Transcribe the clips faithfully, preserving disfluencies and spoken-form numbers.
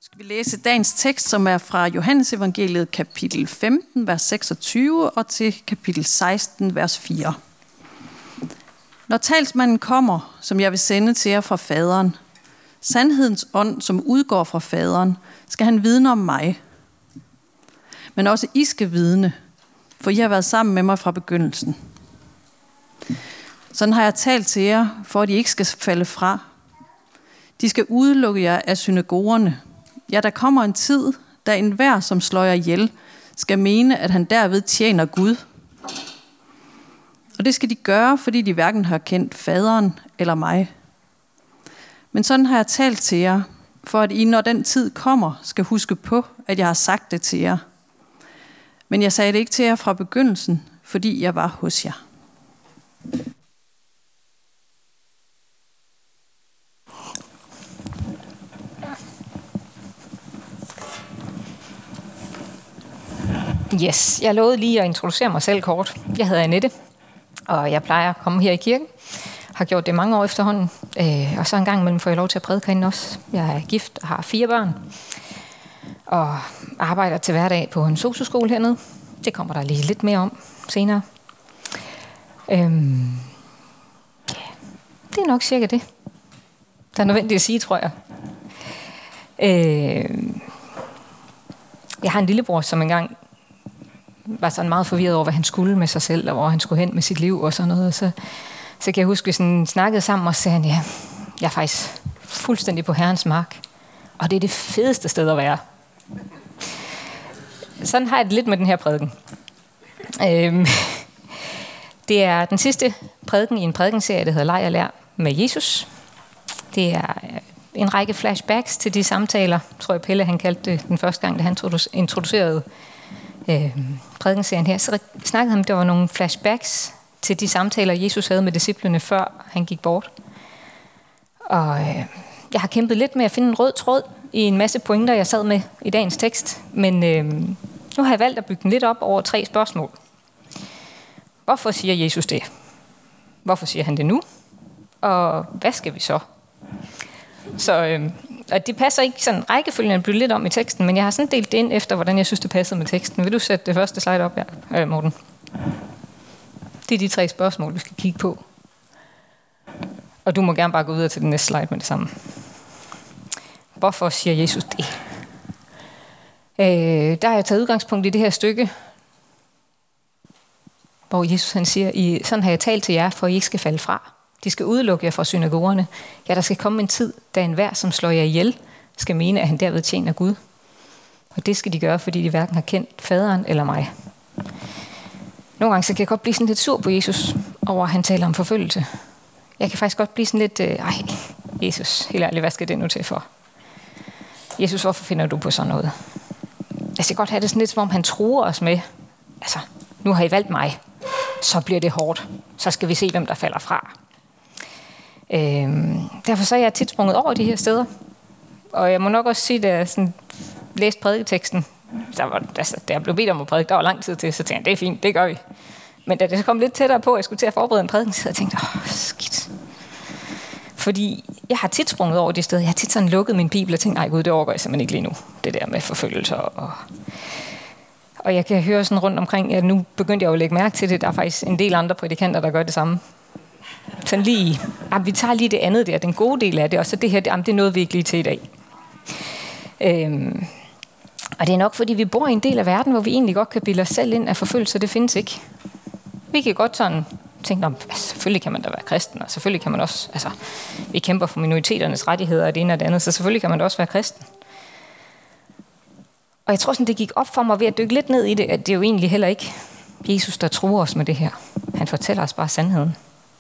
Skal vi læse dagens tekst, som er fra Johannes evangeliet kapitel femten, vers seksogtyve, og til kapitel seksten, vers fire. Når talsmanden kommer, som jeg vil sende til jer fra faderen, sandhedens ånd, som udgår fra faderen, skal han vidne om mig. Men også I skal vidne, for I har været sammen med mig fra begyndelsen. Sådan har jeg talt til jer, for at I ikke skal falde fra. De skal udelukke jer af synagogerne. Ja, der kommer en tid, da enhver, som slår jer ihjel, skal mene, at han derved tjener Gud. Og det skal de gøre, fordi de hverken har kendt faderen eller mig. Men sådan har jeg talt til jer, for at I, når den tid kommer, skal huske på, at jeg har sagt det til jer. Men jeg sagde det ikke til jer fra begyndelsen, fordi jeg var hos jer. Yes, jeg lovede lige at introducere mig selv kort. Jeg hedder Annette, og jeg plejer at komme her i kirken. Har gjort det mange år efterhånden, øh, og så en gang imellem får jeg lov til at prædike herinde også. Jeg er gift og har fire børn, og arbejder til hverdag på en sosu-skole hernede. Det kommer der lige lidt mere om senere. Øhm, ja, det er nok cirka det, der er nødvendigt at sige, tror jeg. Øh, jeg har en lillebror, som engang var sådan meget forvirret over, hvad han skulle med sig selv, og hvor han skulle hen med sit liv og sådan noget. Så, så kan jeg huske, at vi sådan snakkede sammen, og sagde han, ja, jeg er faktisk fuldstændig på Herrens mark, og det er det fedeste sted at være. Sådan har jeg det lidt med den her prædiken. Øhm, det er den sidste prædiken i en prædikenserie, der hedder Leg og Lær med Jesus. Det er en række flashbacks til de samtaler, tror jeg Pelle han kaldte det den første gang, da han introducerede øh, prædikenserien her. Så snakkede han, at der var nogle flashbacks til de samtaler, Jesus havde med disciplene, før han gik bort. Og øh, jeg har kæmpet lidt med at finde en rød tråd i en masse pointer, jeg sad med i dagens tekst. Men øh, nu har jeg valgt at bygge den lidt op over tre spørgsmål. Hvorfor siger Jesus det? Hvorfor siger han det nu? Og hvad skal vi så? Så øh, og det passer ikke sådan rækkefølgen, jeg blev lidt om i teksten, men jeg har sådan delt det ind efter, hvordan jeg synes, det passede med teksten. Vil du sætte det første slide op, ja, øh, Morten? Det er de tre spørgsmål, vi skal kigge på. Og du må gerne bare gå videre til den næste slide med det samme. Hvorfor siger Jesus det? Øh, der har jeg taget udgangspunkt i det her stykke, hvor Jesus han siger, I, sådan har jeg talt til jer, for I ikke skal falde fra. De skal udelukke jer fra synagogerne. Ja, der skal komme en tid, da enhver, som slår jer ihjel, skal mene, at han derved tjener Gud. Og det skal de gøre, fordi de hverken har kendt faderen eller mig. Nogle gange så kan jeg godt blive sådan lidt sur på Jesus, over at han taler om forfølgelse. Jeg kan faktisk godt blive sådan lidt, øh, ej, Jesus, helt ærligt, hvad skal det nu til for? Jesus, hvorfor finder du på sådan noget? Jeg skal godt have det sådan lidt, som om han truer os med, altså, nu har I valgt mig, så bliver det hårdt. Så skal vi se, hvem der falder fra. Øhm, derfor så er jeg tit sprunget over de her steder. Og jeg må nok også sige, da jeg sådan læste prædiketeksten, der var, altså, da jeg blev bedt om at prædike, der var lang tid til, så tænkte jeg, det er fint, det gør vi. Men da det så kom lidt tættere på, at jeg skulle til at forberede en prædiken, så jeg tænkte, åh, skidt. Fordi jeg har tit sprunget over de steder. Jeg har tit sådan lukket min bibel og tænkt, nej gud, det overgår jeg simpelthen ikke lige nu. Det der med forfølgelser. Og, og jeg kan høre sådan rundt omkring, at nu begyndte jeg jo at lægge mærke til det. Der er faktisk en del andre prædikanter, der gør det samme. Sådan lige, ah, vi tager lige det andet der, den gode del af det, og så det her, det, ah, det er noget, vi ikke lige til i dag. Øhm, og det er nok, fordi vi bor i en del af verden, hvor vi egentlig godt kan bilde os selv ind, at forfølgelse, det findes ikke. Vi kan godt sådan tænke, altså, selvfølgelig kan man da være kristen, og selvfølgelig kan man også, altså, vi kæmper for minoriteternes rettigheder og det ene og det andet, så selvfølgelig kan man da også være kristen. Og jeg tror sådan, det gik op for mig ved at dykke lidt ned i det, at det er jo egentlig heller ikke Jesus, der truer os med det her. Han fortæller os bare sandheden.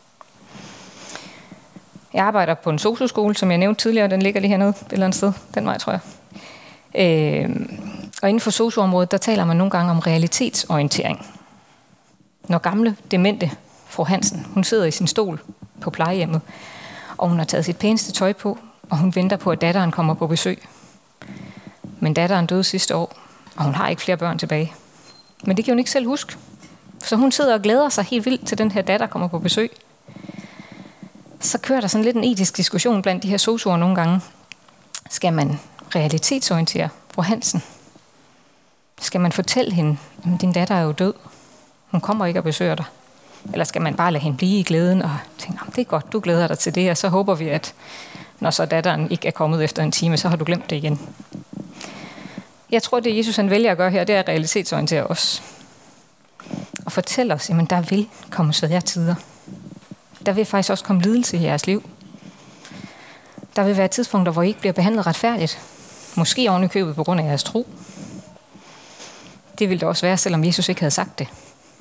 Jeg arbejder på en sosu-skole, som jeg nævnte tidligere, den ligger lige hernede et eller andet sted, den vej, tror jeg. Øh, og inden for sosu-området, der taler man nogle gange om realitetsorientering. Når gamle, demente fru Hansen, hun sidder i sin stol på plejehjemmet, og hun har taget sit pæneste tøj på, og hun venter på, at datteren kommer på besøg. Men datteren døde sidste år, og hun har ikke flere børn tilbage. Men det kan hun ikke selv huske. Så hun sidder og glæder sig helt vildt til, den her datter kommer på besøg. Så kører der sådan lidt en etisk diskussion blandt de her sosuer nogle gange. Skal man realitetsorientere fru Hansen? Skal man fortælle hende, at din datter er jo død? Hun kommer ikke og besøger dig. Eller skal man bare lade hende blive i glæden og tænke, det er godt, du glæder dig til det, og så håber vi, at når så datteren ikke er kommet efter en time, så har du glemt det igen. Jeg tror, det Jesus han vælger at gøre her, det er at realitetsorientere os. Og fortælle os, at der vil komme svære tider. Der vil faktisk også komme lidelse i jeres liv. Der vil være tidspunkter, hvor I ikke bliver behandlet retfærdigt. Måske oven i købet på grund af jeres tro. Det ville det også være, selvom Jesus ikke havde sagt det.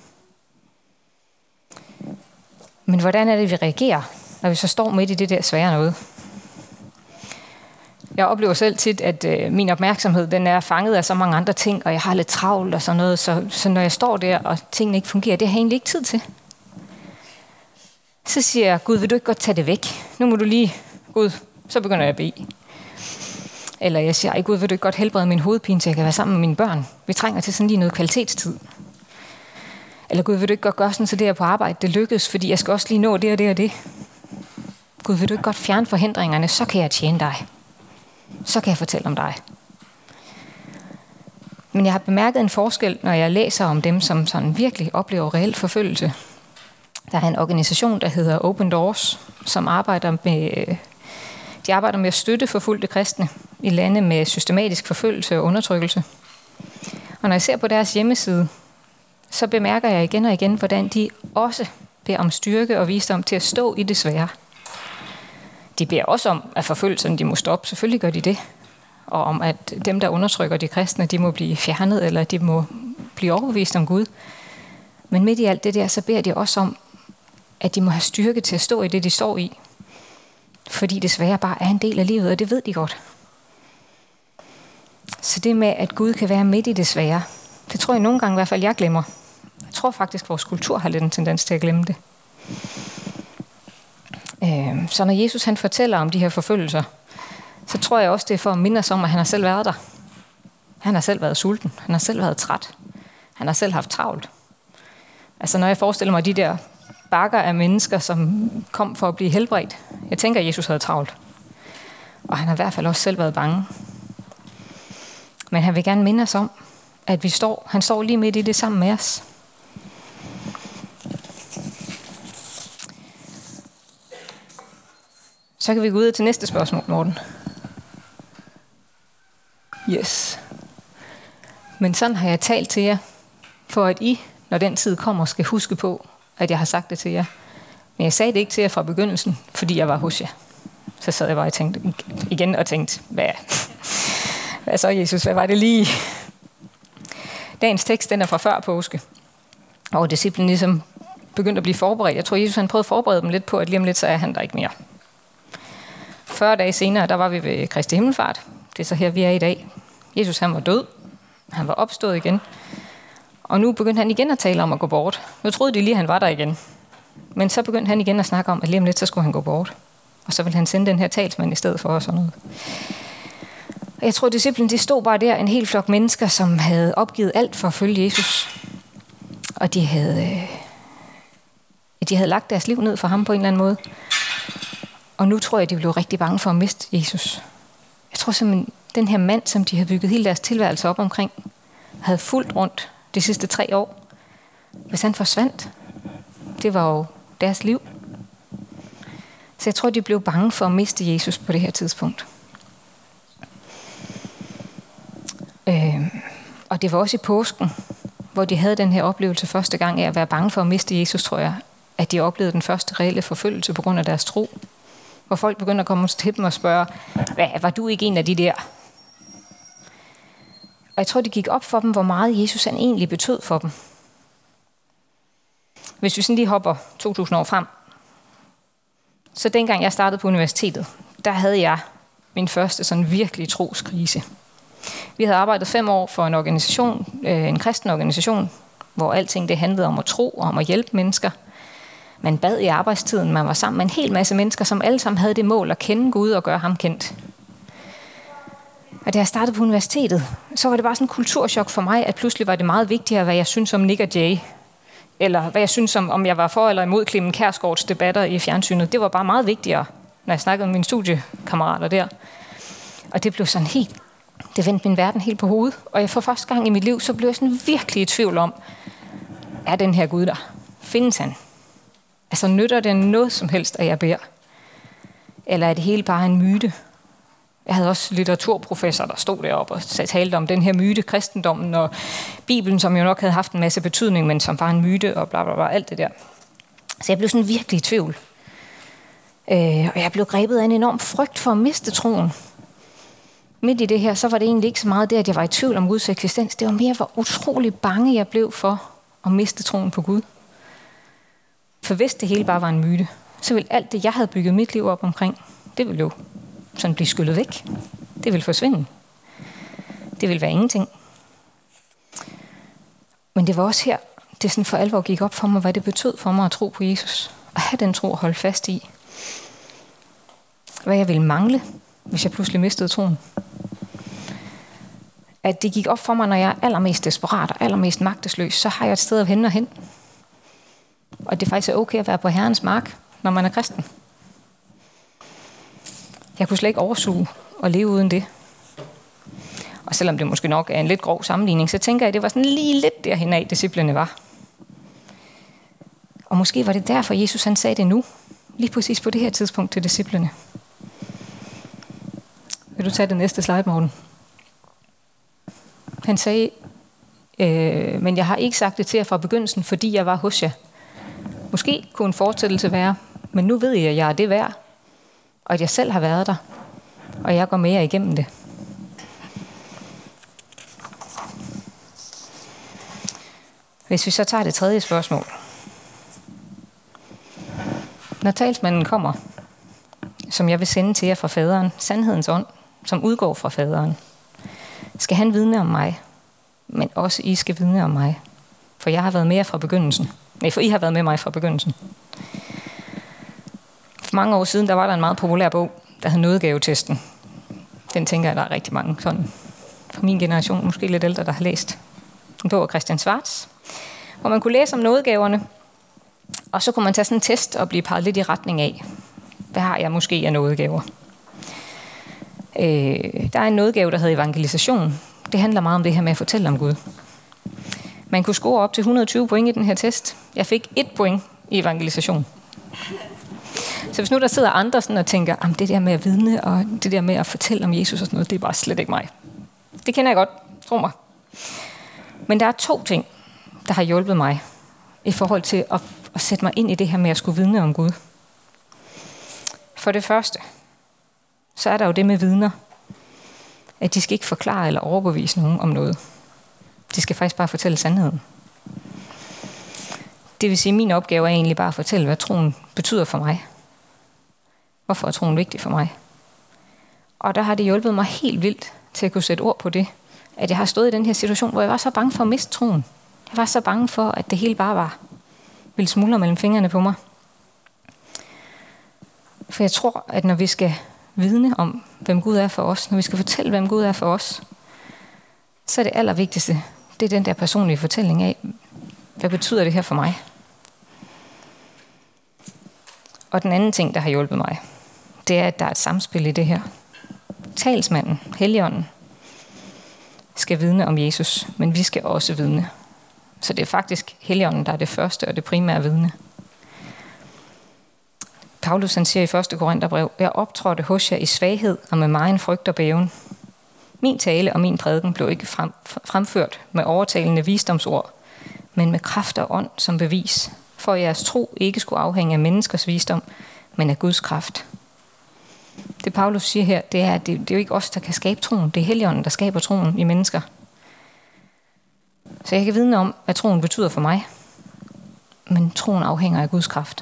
Men hvordan er det, vi reagerer, når vi så står midt i det der svære noget? Jeg oplever selv tit, at øh, min opmærksomhed den er fanget af så mange andre ting, og jeg har lidt travlt og sådan noget, så, så når jeg står der, og tingene ikke fungerer, det har jeg egentlig ikke tid til. Så siger jeg, Gud, vil du ikke godt tage det væk? Nu må du lige, Gud, så begynder jeg at bede. Eller jeg siger, ej Gud, vil du ikke godt helbrede min hovedpine, så jeg kan være sammen med mine børn? Vi trænger til sådan lige noget kvalitetstid. Eller Gud, vil du ikke godt gøre sådan, så det her på arbejde, det lykkes, fordi jeg skal også lige nå det og det og det. Gud, vil du ikke godt fjerne forhindringerne, så kan jeg tjene dig. Så kan jeg fortælle om dig. Men jeg har bemærket en forskel, når jeg læser om dem, som sådan virkelig oplever reel forfølgelse. Der er en organisation, der hedder Open Doors, som arbejder med, de arbejder med at støtte forfulgte kristne i lande med systematisk forfølgelse og undertrykkelse. Og når jeg ser på deres hjemmeside, så bemærker jeg igen og igen, hvordan de også beder om styrke og visdom til at stå i det svære. De beder også om, at forfølgelserne de må stoppe. Selvfølgelig gør de det. Og om, at dem, der undertrykker de kristne, de må blive fjernet, eller de må blive overbevist om Gud. Men midt i alt det der, så beder de også om, at de må have styrke til at stå i det, de står i. Fordi det svære bare er en del af livet, og det ved de godt. Så det med, at Gud kan være midt i det svære, det tror jeg nogle gange i hvert fald, jeg glemmer. Jeg tror faktisk, at vores kultur har lidt en tendens til at glemme det. Så når Jesus han fortæller om de her forfølgelser, så tror jeg også, det er for at minde os om, at han har selv været der. Han har selv været sulten. Han har selv været træt. Han har selv haft travlt. Altså når jeg forestiller mig de der bakker af mennesker, som kom for at blive helbredt. Jeg tænker, at Jesus havde travlt. Og han har i hvert fald også selv været bange. Men han vil gerne minde os om, at vi står, han står lige midt i det sammen med os. Så kan vi gå ud til næste spørgsmål, Morten. Yes. Men sådan har jeg talt til jer, for at I, når den tid kommer, skal huske på, at jeg har sagt det til jer. Men jeg sagde det ikke til jer fra begyndelsen, fordi jeg var hos jer. Så sad jeg bare og tænkte igen og tænkte, hvad, hvad så Jesus, hvad var det lige? Dagens tekst, den er fra før påske. Og disciplen ligesom begyndte at blive forberedt. Jeg tror, Jesus han prøvede at forberede dem lidt på, at lige om lidt, så er han der ikke mere. fyrre dage senere, der var vi ved Kristi Himmelfart. Det er så her, vi er i dag. Jesus han var død. Han var opstået igen. Og nu begyndte han igen at tale om at gå bort. Nu troede de lige, at han var der igen. Men så begyndte han igen at snakke om, at lige om lidt, så skulle han gå bort. Og så ville han sende den her talsmand i stedet for og sådan noget. Og jeg tror, disciplen, de stod bare der, en hel flok mennesker, som havde opgivet alt for at følge Jesus. Og de havde, de havde lagt deres liv ned for ham på en eller anden måde. Og nu tror jeg, de blev rigtig bange for at miste Jesus. Jeg tror simpelthen, den her mand, som de havde bygget hele deres tilværelse op omkring, havde fulgt rundt de sidste tre år. Hvis han forsvandt, det var jo deres liv. Så jeg tror, de blev bange for at miste Jesus på det her tidspunkt. Øh, og det var også i påsken, hvor de havde den her oplevelse første gang af at være bange for at miste Jesus, tror jeg, at de oplevede den første reelle forfølgelse på grund af deres tro. Hvor folk begynder at komme til dem og spørge, hvad, var du ikke en af de der? Og jeg tror, det gik op for dem, hvor meget Jesus han egentlig betød for dem. Hvis vi sådan lige hopper to tusind år frem. Så dengang jeg startede på universitetet, der havde jeg min første sådan virkelig troskrise. Vi havde arbejdet fem år for en organisation, en kristen organisation, hvor alting det handlede om at tro og om at hjælpe mennesker. Man bad i arbejdstiden, man var sammen med en hel masse mennesker, som alle sammen havde det mål at kende Gud og gøre ham kendt. Og da jeg startede på universitetet, så var det bare sådan en kulturschok for mig, at pludselig var det meget vigtigere, hvad jeg synes om Nick og Jay, eller hvad jeg synes om, om jeg var for eller imod Clemen Kærsgaards debatter i fjernsynet. Det var bare meget vigtigere, når jeg snakkede med mine studiekammerater der. Og det blev sådan helt, det vendte min verden helt på hovedet. Og jeg for første gang i mit liv, så blev jeg sådan virkelig i tvivl om, er den her Gud der? Findes han? Altså nytter det noget som helst, at jeg beder? Eller er det hele bare en myte? Jeg havde også litteraturprofessor, der stod deroppe og talte om den her myte, kristendommen og Bibelen, som jo nok havde haft en masse betydning, men som var en myte og bla bla bla, alt det der. Så jeg blev sådan virkelig i tvivl. Øh, og jeg blev grebet af en enorm frygt for at miste troen. Midt i det her, så var det egentlig ikke så meget det, at jeg var i tvivl om Guds eksistens. Det var mere, hvor utrolig bange jeg blev for at miste troen på Gud. For hvis det hele bare var en myte, så ville alt det, jeg havde bygget mit liv op omkring, det ville jo sådan blive skyllet væk. Det ville forsvinde. Det ville være ingenting. Men det var også her, det sådan for alvor gik op for mig, hvad det betød for mig at tro på Jesus. At have den tro at holde fast i. Hvad jeg ville mangle, hvis jeg pludselig mistede troen. At det gik op for mig, når jeg er allermest desperat og allermest magtesløs, så har jeg et sted at hente og hen. Og det faktisk er okay at være på Herrens mark, når man er kristen. Jeg kunne slet ikke oversuge og leve uden det. Og selvom det måske nok er en lidt grov sammenligning, så tænker jeg, at det var sådan lige lidt derhen af, disciplene var. Og måske var det derfor, Jesus han sagde det nu. Lige præcis på det her tidspunkt til disciplene. Vil du tage det næste slide, Morten? Han sagde, øh, men jeg har ikke sagt det til jer fra begyndelsen, fordi jeg var hos jer. Måske kunne en fortsættelse være, men nu ved jeg, at jeg er det værd, og at jeg selv har været der, og jeg går med jer igennem det. Hvis vi så tager det tredje spørgsmål. Når talsmanden kommer, som jeg vil sende til jer fra faderen, sandhedens ånd, som udgår fra faderen, skal han vidne om mig, men også I skal vidne om mig, for jeg har været med jer fra begyndelsen. Nej, for I har været med mig fra begyndelsen. For mange år siden, der var der en meget populær bog, der hed Nådegavetesten. Den tænker jeg, der er rigtig mange sådan fra min generation, måske lidt ældre, der har læst. En bog af Christian Schwarz, hvor man kunne læse om nådegaverne, og så kunne man tage sådan en test og blive peget lidt i retning af, hvad har jeg måske af nådegaver? Øh, der er en nådegave, der hedder evangelisation. Det handler meget om det her med at fortælle om Gud. Man kunne score op til et hundrede og tyve point i den her test. Jeg fik et point i evangelisation. Så hvis nu der sidder andre sådan og tænker, at det der med at vidne og det der med at fortælle om Jesus og sådan noget, det er bare slet ikke mig. Det kender jeg godt, tro mig. Men der er to ting, der har hjulpet mig i forhold til at, at sætte mig ind i det her med at skulle vidne om Gud. For det første, så er der jo det med vidner, at de skal ikke forklare eller overbevise nogen om noget. De skal faktisk bare fortælle sandheden. Det vil sige, at min opgave er egentlig bare at fortælle, hvad troen betyder for mig. Hvorfor er troen vigtig for mig? Og der har det hjulpet mig helt vildt til at kunne sætte ord på det, at jeg har stået i den her situation, hvor jeg var så bange for at miste troen. Jeg var så bange for, at det hele bare var ville smuldre mellem fingrene på mig. For jeg tror, at når vi skal vidne om, hvem Gud er for os, når vi skal fortælle, hvem Gud er for os, så er det allervigtigste, det er den der personlige fortælling af, hvad betyder det her for mig? Og den anden ting, der har hjulpet mig, det er, at der er et samspil i det her. Talsmanden, Helligånden, skal vidne om Jesus, men vi skal også vidne. Så det er faktisk Helligånden, der er det første og det primære vidne. Paulus han siger i første Korintherbrev, jeg optrådte hos jer i svaghed og med megen frygt og bæven. Min tale og min prædiken blev ikke frem, fremført med overtalende visdomsord, men med kraft og ånd som bevis, for at jeres tro ikke skulle afhænge af menneskers visdom, men af Guds kraft. Det Paulus siger her, det er, at det, det er jo ikke os, der kan skabe troen. Det er Helligånden, der skaber troen i mennesker. Så jeg kan vidne om, hvad troen betyder for mig, men troen afhænger af Guds kraft.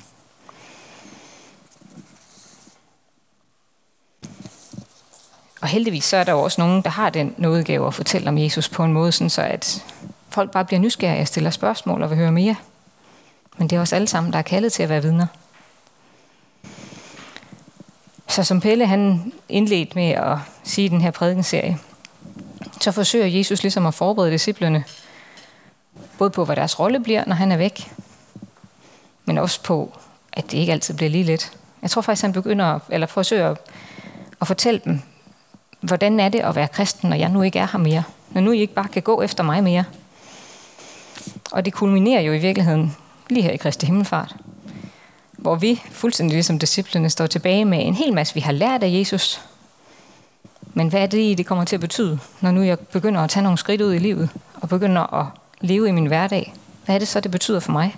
Og heldigvis så er der jo også nogen, der har den nådegave at fortælle om Jesus på en måde, sådan så at folk bare bliver nysgerrige og stiller spørgsmål og vil høre mere. Men det er også alle sammen, der er kaldet til at være vidner. Så som Pelle han indledte med at sige den her prædikenserie, så forsøger Jesus ligesom at forberede disciplene, både på, hvad deres rolle bliver, når han er væk, men også på, at det ikke altid bliver lige let. Jeg tror faktisk, han begynder, eller forsøger at fortælle dem, hvordan er det at være kristen, når jeg nu ikke er her mere? Når nu I ikke bare kan gå efter mig mere? Og det kulminerer jo i virkeligheden lige her i Kristi Himmelfart, hvor vi, fuldstændig ligesom disciplene, står tilbage med en hel masse, vi har lært af Jesus. Men hvad er det, det kommer til at betyde, når nu jeg begynder at tage nogle skridt ud i livet, og begynder at leve i min hverdag? Hvad er det så, det betyder for mig?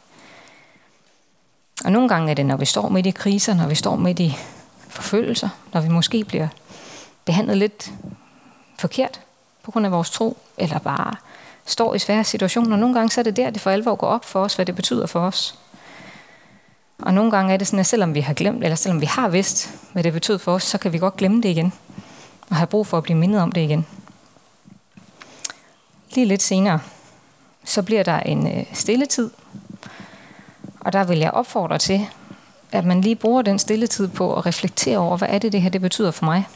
Og nogle gange er det, når vi står midt i kriser, når vi står midt i forfølgelser, når vi måske bliver behandlet lidt forkert på grund af vores tro, eller bare står i svære situationer. Nogle gange så er det der, det for alvor går op for os, hvad det betyder for os. Og nogle gange er det sådan, at selvom vi har glemt, eller selvom vi har vidst, hvad det betyder for os, så kan vi godt glemme det igen, og have brug for at blive mindet om det igen. Lige lidt senere, så bliver der en øh, stilletid, og der vil jeg opfordre til, at man lige bruger den stilletid på at reflektere over, hvad er det, det her det betyder for mig.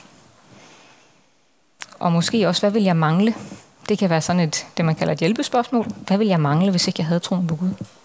Og måske også, hvad vil jeg mangle? Det kan være sådan et, det man kalder et hjælpespørgsmål. Hvad vil jeg mangle, hvis ikke jeg havde troen på Gud?